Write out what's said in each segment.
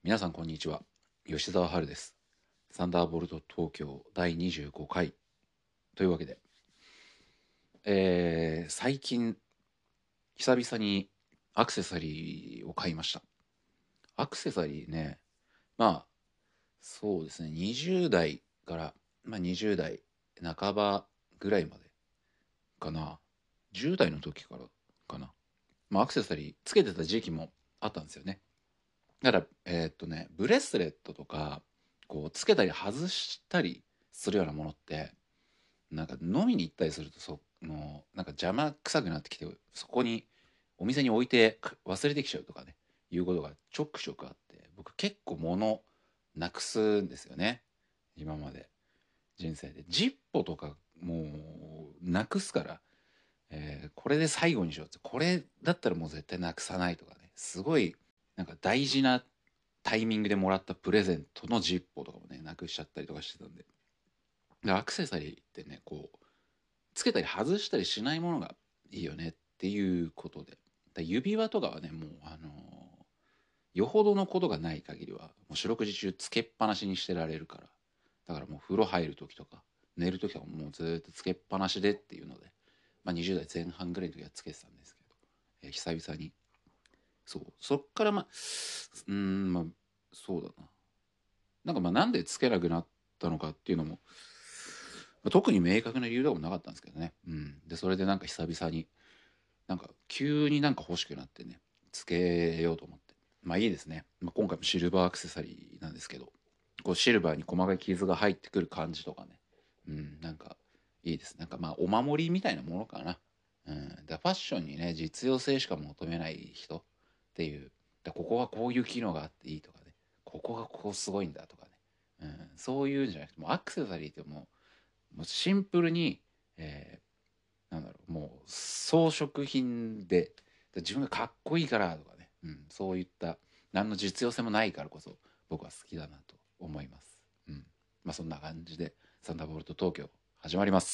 皆さんこんにちは。吉澤春です。サンダーボルト東京第25回というわけで、最近久々にアクセサリーを買いました。アクセサリーね、まあそうですね、20代から、20代半ばぐらいまでかな。10代の時からかな。アクセサリーつけてた時期もあったんですよね。だからブレスレットとかこうつけたり外したりするようなものって、なんか飲みに行ったりするとなんか邪魔くさくなってきて、そこにお店に置いて忘れてきちゃうとかね、いうことがちょくちょくあって、僕結構物なくすんですよね、今まで人生で。ジッポとかもうなくすから、これで最後にしようって、これだったらもう絶対なくさないとかね、すごいなんか大事なタイミングでもらったプレゼントのジッポとかもねなくしちゃったりとかしてたんで、でアクセサリーってね、こうつけたり外したりしないものがいいよねっていうことで、指輪とかはね、もうよほどのことがない限りはもう四六時中つけっぱなしにしてられるから、だからもう風呂入る時とか寝る時とかもうずっとつけっぱなしでっていうので、20代前半ぐらいの時はつけてたんですけど、久々に、そっからそうだな、なんでつけなくなったのかっていうのも、特に明確な理由でもなかったんですけどね。でそれでなんか久々になんか急になんか欲しくなってね、つけようと思って、いいですね。今回もシルバーアクセサリーなんですけど、こうシルバーに細かい傷が入ってくる感じとかね、なんかいいです。なんかお守りみたいなものかな。ファッションにね、実用性しか求めない人っていう、ここはこういう機能があっていいとかね、ここがここすごいんだとかね、そういうんじゃなくて、もうアクセサリーってもうシンプルに、えなんだろう、もう装飾品で自分がかっこいいからとかね、そういった何の実用性もないからこそ僕は好きだなと思います。そんな感じでサンダーボルト東京始まります。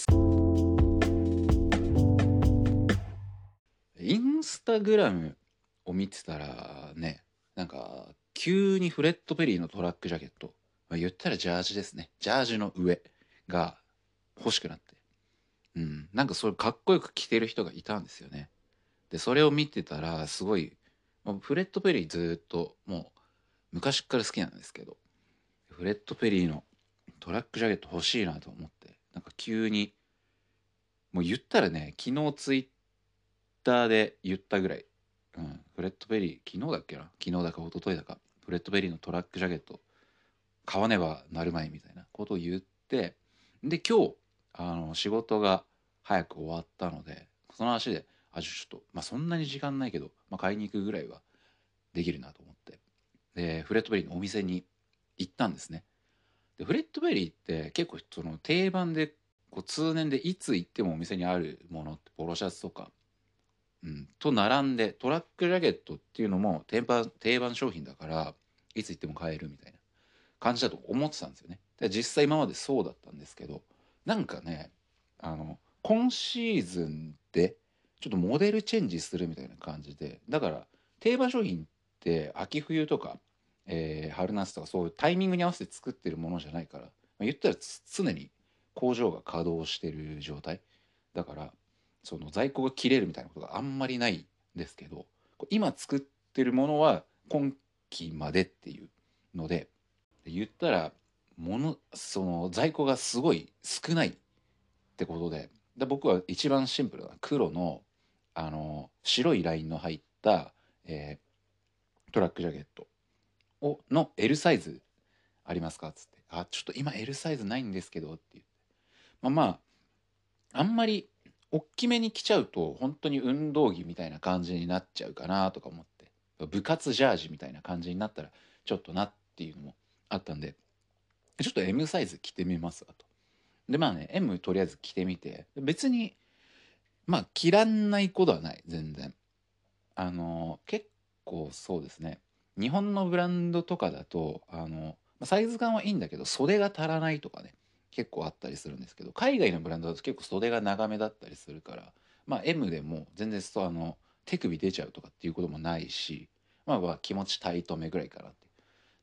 インスタグラムを見てたらね、なんか急にフレッド・ペリーのトラックジャケット、言ったらジャージですね、ジャージの上が欲しくなって、なんかそれかっこよく着てる人がいたんですよね。でそれを見てたらすごい、フレッド・ペリーずっともう昔から好きなんですけど、フレッド・ペリーのトラックジャケット欲しいなと思って、なんか急に、もう言ったらね、昨日ツイッターで言ったぐらい、フレッド・ペリー、昨日だっけな、昨日だか一昨日だか、フレッド・ペリーのトラックジャケット買わねばなるまいみたいなことを言って、で今日仕事が早く終わったので、その足でちょっと、そんなに時間ないけど、買いに行くぐらいはできるなと思って、でフレッドベリーのお店に行ったんですね。でフレッドベリーって結構その定番で、こう通年でいつ行ってもお店にあるものってポロシャツとか、と並んで、トラックジャケットっていうのも定番商品だからいつ行っても買えるみたいな感じだと思ってたんですよね。で実際今までそうだったんですけど、なんかね、今シーズンでちょっとモデルチェンジするみたいな感じで、だから定番商品って秋冬とか、春夏とかそういうタイミングに合わせて作ってるものじゃないから、言ったら常に工場が稼働してる状態だから、その在庫が切れるみたいなことがあんまりないんですけど、今作ってるものは今期までっていうので、言ったらその在庫がすごい少ないってことで、僕は一番シンプルな黒の白いラインの入った、トラックジャケットの L サイズありますかっつって、ちょっと今 L サイズないんですけどって言って、あんまり大きめに着ちゃうと本当に運動着みたいな感じになっちゃうかなとか思って、部活ジャージみたいな感じになったらちょっとなっていうのもあったんで、ちょっと M サイズ着てみますわと。でM とりあえず着てみて、別に着らんないことはない、全然。結構そうですね、日本のブランドとかだとサイズ感はいいんだけど袖が足らないとかね、結構あったりするんですけど、海外のブランドだと結構袖が長めだったりするから、M でも全然手首出ちゃうとかっていうこともないし、気持ちタイトめぐらいかなっていう。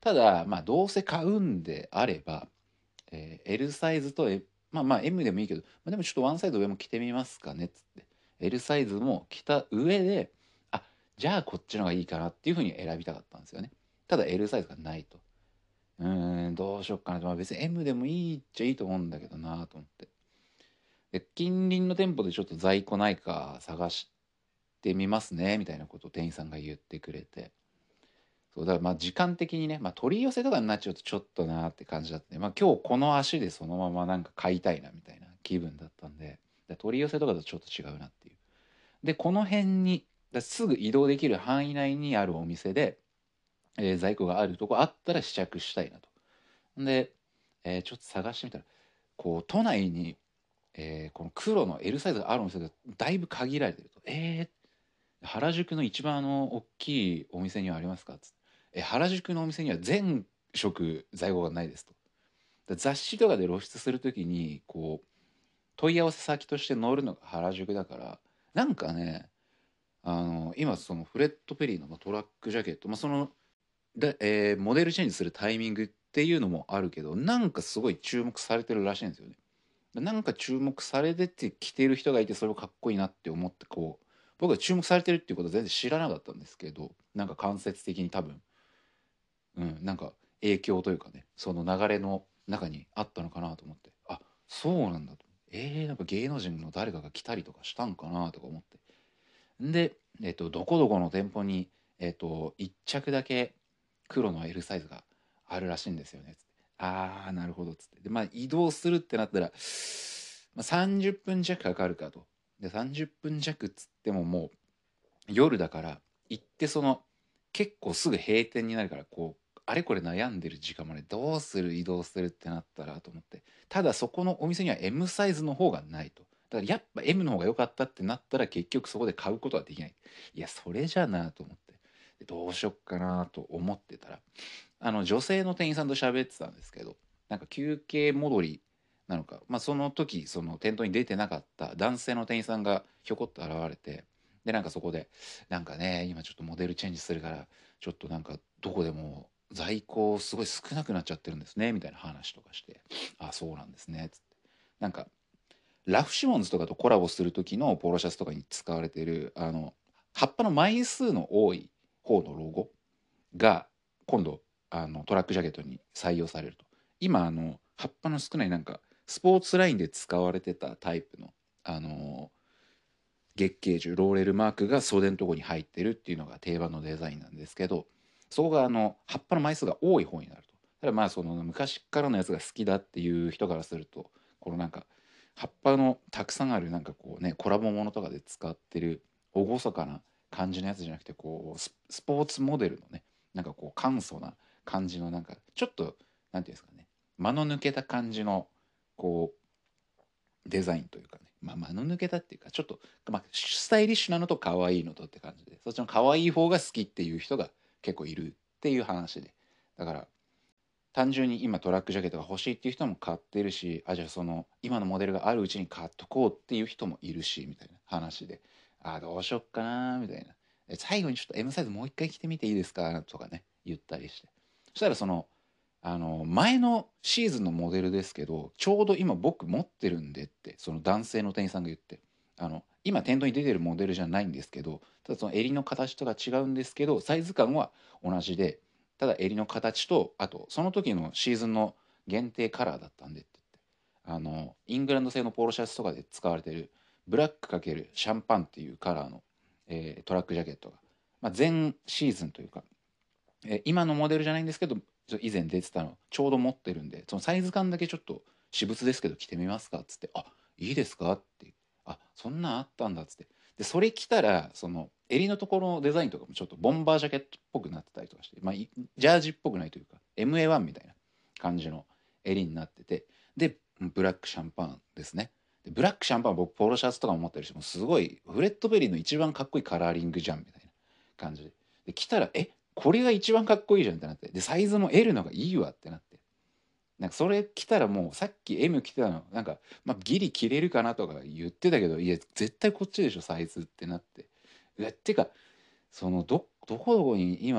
ただまあどうせ買うんであれば、L サイズと、まあ M でもいいけど、まあ、でもちょっとワンサイズ上も着てみますかねっつって L サイズも着た上で、あ、じゃあこっちの方がいいかなっていうふうに選びたかったんですよね。ただ L サイズがないと。どうしよっかなと、まあ、別に M でもいいっちゃいいと思うんだけどなと思って。で近隣の店舗でちょっと在庫ないか探してみますねみたいなことを店員さんが言ってくれて、そうだからまあ時間的にね、まあ、取り寄せとかになっちゃうとちょっとなーって感じだったね。まあ今日この足でそのままなんか買いたいなみたいな気分だったんで、取り寄せとかとちょっと違うなっていう。でこの辺にすぐ移動できる範囲内にあるお店で、在庫があるとこあったら試着したいなと。で、ちょっと探してみたらこう都内に、この黒の L サイズがあるお店がだいぶ限られてると。原宿の一番大きいお店にはありますかっつって。原宿のお店には全色在庫がないですと。雑誌とかで露出するときにこう問い合わせ先として載るのが原宿だから、なんかね、今そのフレッド・ペリーのトラックジャケット、まあ、そのモデルチェンジするタイミングっていうのもあるけど、なんかすごい注目されてるらしいんですよね。なんか注目されてて着てる人がいて、それをかっこいいなって思ってこう、僕は注目されてるっていうことは全然知らなかったんですけど、なんか間接的に多分、なんか影響というかね、その流れの中にあったのかなと思って、あ、そうなんだと。なんか芸能人の誰かが来たりとかしたんかなとか思って。で、どこどこの店舗に、1着だけ黒の L サイズがあるらしいんですよね。つって。ああ、なるほど。つって。で、まあ移動するってなったら、まあ、30分弱かかるかと。で、30分弱っつってももう夜だから行って結構すぐ閉店になるからこうあれこれ悩んでる時間までどうする移動するってなったらと思って、ただそこのお店には M サイズの方がないと。だからやっぱ M の方が良かったってなったら結局そこで買うことはできない。いやそれじゃなと思って、でどうしよっかなと思ってたら女性の店員さんと喋ってたんですけど、なんか休憩戻りなのか、まあ、その時その店頭に出てなかった男性の店員さんがひょこっと現れて、でなんかそこでなんかね今ちょっとモデルチェンジするからちょっとなんかどこでも在庫すごい少なくなっちゃってるんですねみたいな話とかして、あそうなんですねっつって、なんかラフシモンズとかとコラボする時のポロシャツとかに使われてる葉っぱの枚数の多い方のロゴが今度トラックジャケットに採用されると。今葉っぱの少ないなんかスポーツラインで使われてたタイプのあの月桂樹ローレルマークが袖のとこに入ってるっていうのが定番のデザインなんですけど、そこが葉っぱの枚数が多い方になると。ただまあその昔からのやつが好きだっていう人からすると、このなんか葉っぱのたくさんあるなんかこうねコラボものとかで使ってる厳かな感じのやつじゃなくて、こうスポーツモデルのね、なんかこう簡素な感じのなんかちょっとなんていうんですかね、間の抜けた感じのこうデザインというかね、まあ、間の抜けたっていうかちょっと、まあ、スタイリッシュなのと可愛いのとって感じで、そっちの可愛い方が好きっていう人が結構いるっていう話で、だから単純に今トラックジャケットが欲しいっていう人も買ってるし、あじゃあその今のモデルがあるうちに買っとこうっていう人もいるしみたいな話で、どうしよっかなみたいな、最後にちょっと M サイズもう一回着てみていいですかとかね言ったりして、そしたら前のシーズンのモデルですけどちょうど今僕持ってるんでってその男性の店員さんが言って、今店頭に出てるモデルじゃないんですけど、ただその襟の形とか違うんですけどサイズ感は同じで、ただ襟の形とあとその時のシーズンの限定カラーだったんでって言って、イングランド製のポロシャツとかで使われてるブラック×シャンパンっていうカラーの、トラックジャケットが、まあ、前シーズンというか、今のモデルじゃないんですけど以前出てたのちょうど持ってるんで、そのサイズ感だけちょっと私物ですけど着てみますかっつって、いいですかってそんなんあったんだっつって、でそれ着たらその襟のところのデザインとかもちょっとボンバージャケットっぽくなってたりとかして、まあ、ジャージっぽくないというか MA1 みたいな感じの襟になってて、でブラックシャンパンですね。でブラックシャンパンは僕ポロシャツとかも持ってるし、もうすごいフレッドベリーの一番かっこいいカラーリングじゃんみたいな感じで着たらこれが一番かっこいいじゃんってなって、でサイズも L のがいいわってなって、なんかそれ着たらもうさっき M 着てたのなんか、まあ、ギリ着れるかなとか言ってたけど、いや絶対こっちでしょサイズってなって、てかどこどこに今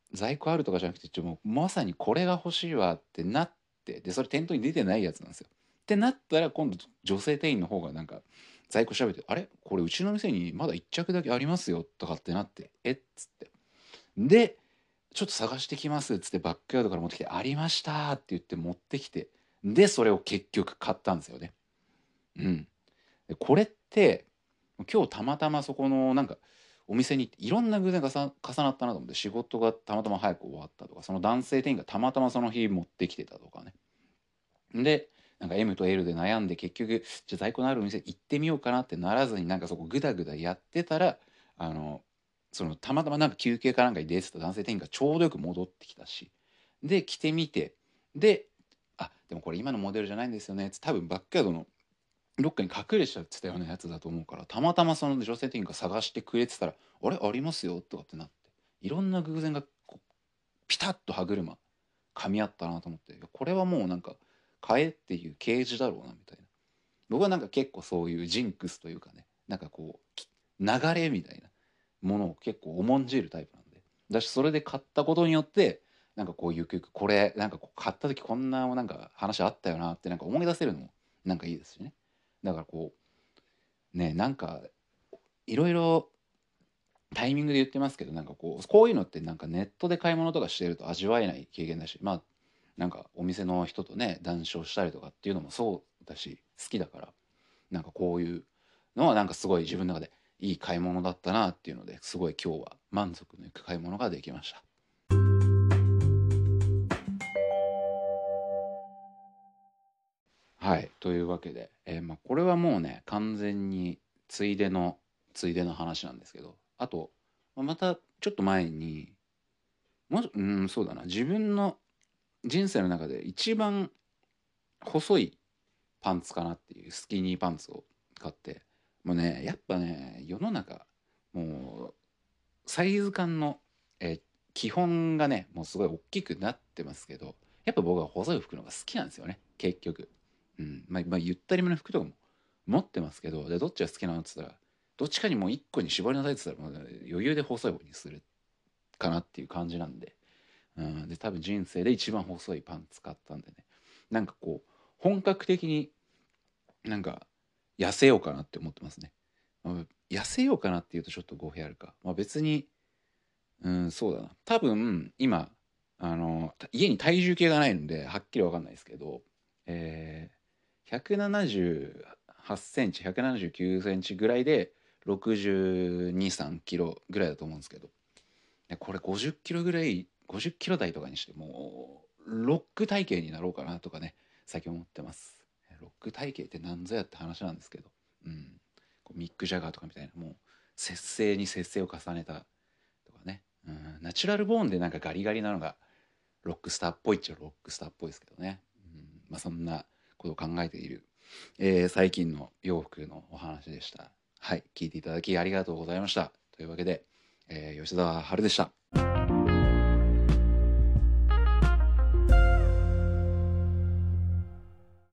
在庫あるとかじゃなくて、もうまさにこれが欲しいわってなって、でそれ店頭に出てないやつなんですよ。ってなったら今度女性店員の方がなんか在庫調べて「あれこれうちの店にまだ1着だけありますよ」とかってなって「えっ?」つって、でちょっと探してきますっつってバックヤードから持ってきて「ありました」って言って持ってきて、でそれを結局買ったんですよね。うん。でこれって今日たまたまそこのなんかお店に行っていろんな偶然が重なったなと思って、仕事がたまたま早く終わったとか、その男性店員がたまたまその日持ってきてたとかね。でなんか M と L で悩んで結局じゃあ在庫のあるお店行ってみようかなってならずに、なんかそこグダグダやってたら、あのそのたまたまなんか休憩かなんかに出てた男性店員がちょうどよく戻ってきたし、で着てみて、ででもこれ今のモデルじゃないんですよねって多分バックヤードのどっかに隠れちゃってたようなやつだと思うから、たまたまその女性店員が探してくれてたら「あれありますよ」とかってなって、いろんな偶然がこうピタッと歯車噛み合ったなと思って、これはもうなんか買えっていう啓示だろうなみたいな。僕はなんか結構そういうジンクスというかね、なんかこう流れみたいなものを結構重んじるタイプなんで、だしそれで買ったことによってなんかこうゆくゆくこれなんかこう買った時こんななんか話あったよなってなんか思い出せるのもなんかいいですしね。だからこうね、なんかいろいろタイミングで言ってますけど、なんかこういうのってなんかネットで買い物とかしてると味わえない経験だし、まあなんかお店の人とね談笑したりとかっていうのもそうだし好きだから、なんかこういうのはなんかすごい自分の中でいい買い物だったなっていうのですごい今日は満足のいく買い物ができました。はい、というわけで、まあ、これはもうね完全についでの話なんですけど、あとまたちょっと前にそうだな、自分の人生の中で一番細いパンツかなっていうスキニーパンツを買って、もうねやっぱね世の中もうサイズ感の、えー基本がねもうすごい大きくなってますけど、やっぱ僕は細い服の方が好きなんですよね結局。まあゆったりめの服とかも持ってますけど、でどっちが好きなのって言ったらどっちかにもう一個に絞りなさいって言ったらもう余裕で細い方にするかなっていう感じなんで、で多分人生で一番細いパンツ買ったんでね、なんかこう本格的になんか痩せようかなって思ってますね。痩せようかなっていうとちょっと語弊あるか、別にそうだな。多分、今、家に体重計がないので、はっきりわかんないですけど、178センチ、179センチぐらいで、62、3キロぐらいだと思うんですけど、これ50キロぐらい、50キロ台とかにして、もう、ロック体型になろうかなとかね、最近思ってます。ロック体型って何ぞやって話なんですけど、ミック・ジャガーとかみたいな、もう、節制に節制を重ねたとかね、ナチュラルボーンでなんかガリガリなのがロックスターっぽいっちゃロックスターっぽいですけどね、そんなことを考えている、最近の洋服のお話でした。はい、聞いていただきありがとうございました。というわけで、吉澤春でした。